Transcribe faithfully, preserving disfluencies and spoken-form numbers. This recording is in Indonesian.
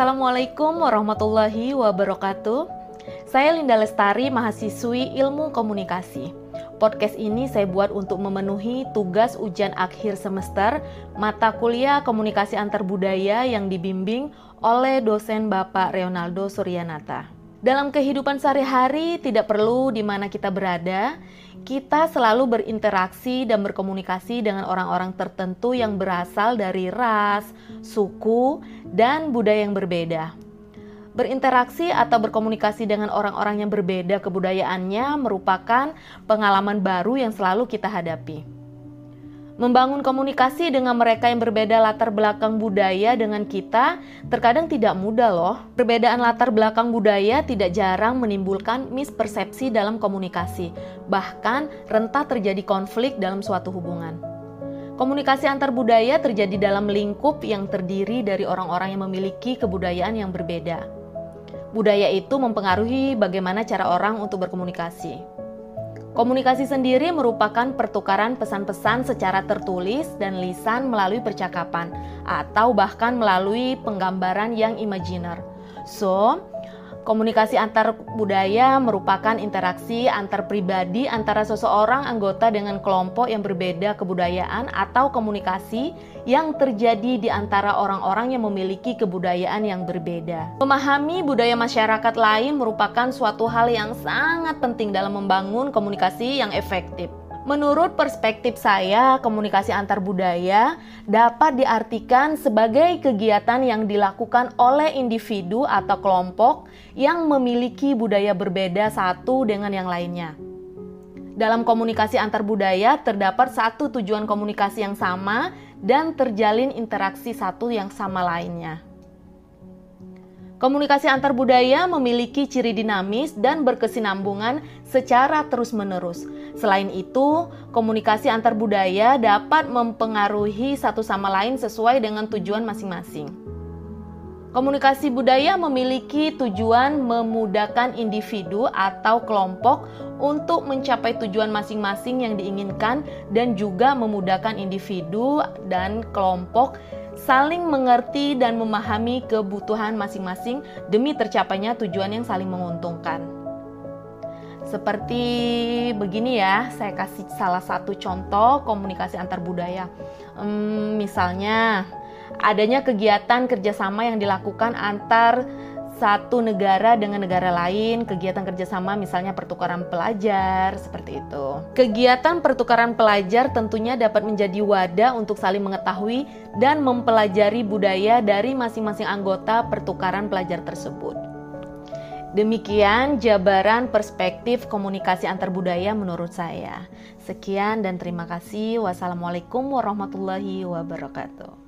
Assalamualaikum warahmatullahi wabarakatuh. Saya Linda Lestari, mahasiswi Ilmu Komunikasi. Podcast ini saya buat untuk memenuhi tugas ujian akhir semester mata kuliah Komunikasi Antarbudaya yang dibimbing oleh dosen Bapak Reonaldo Suryanata. Dalam kehidupan sehari-hari, tidak perlu di mana kita berada, kita selalu berinteraksi dan berkomunikasi dengan orang-orang tertentu yang berasal dari ras, suku, dan budaya yang berbeda. Berinteraksi atau berkomunikasi dengan orang-orang yang berbeda kebudayaannya merupakan pengalaman baru yang selalu kita hadapi. Membangun komunikasi dengan mereka yang berbeda latar belakang budaya dengan kita terkadang tidak mudah loh. Perbedaan latar belakang budaya tidak jarang menimbulkan mispersepsi dalam komunikasi, bahkan rentan terjadi konflik dalam suatu hubungan. Komunikasi antar budaya terjadi dalam lingkup yang terdiri dari orang-orang yang memiliki kebudayaan yang berbeda. Budaya itu mempengaruhi bagaimana cara orang untuk berkomunikasi. Komunikasi sendiri merupakan pertukaran pesan-pesan secara tertulis dan lisan melalui percakapan atau bahkan melalui penggambaran yang imajiner. So, komunikasi antar budaya merupakan interaksi antar pribadi antara seseorang anggota dengan kelompok yang berbeda kebudayaan atau komunikasi yang terjadi di antara orang-orang yang memiliki kebudayaan yang berbeda. Memahami budaya masyarakat lain merupakan suatu hal yang sangat penting dalam membangun komunikasi yang efektif. Menurut perspektif saya, komunikasi antar budaya dapat diartikan sebagai kegiatan yang dilakukan oleh individu atau kelompok yang memiliki budaya berbeda satu dengan yang lainnya. Dalam komunikasi antar budaya terdapat satu tujuan komunikasi yang sama dan terjalin interaksi satu yang sama lainnya. Komunikasi antar budaya memiliki ciri dinamis dan berkesinambungan secara terus-menerus. Selain itu, komunikasi antar budaya dapat mempengaruhi satu sama lain sesuai dengan tujuan masing-masing. Komunikasi budaya memiliki tujuan memudahkan individu atau kelompok untuk mencapai tujuan masing-masing yang diinginkan dan juga memudahkan individu dan kelompok saling mengerti dan memahami kebutuhan masing-masing demi tercapainya tujuan yang saling menguntungkan. Seperti begini ya, saya kasih salah satu contoh komunikasi antar budaya. Hmm, misalnya, adanya kegiatan kerjasama yang dilakukan antar satu negara dengan negara lain, kegiatan kerjasama misalnya pertukaran pelajar, seperti itu. Kegiatan pertukaran pelajar tentunya dapat menjadi wadah untuk saling mengetahui dan mempelajari budaya dari masing-masing anggota pertukaran pelajar tersebut. Demikian jabaran perspektif komunikasi antar budaya menurut saya. Sekian dan terima kasih. Wassalamualaikum warahmatullahi wabarakatuh.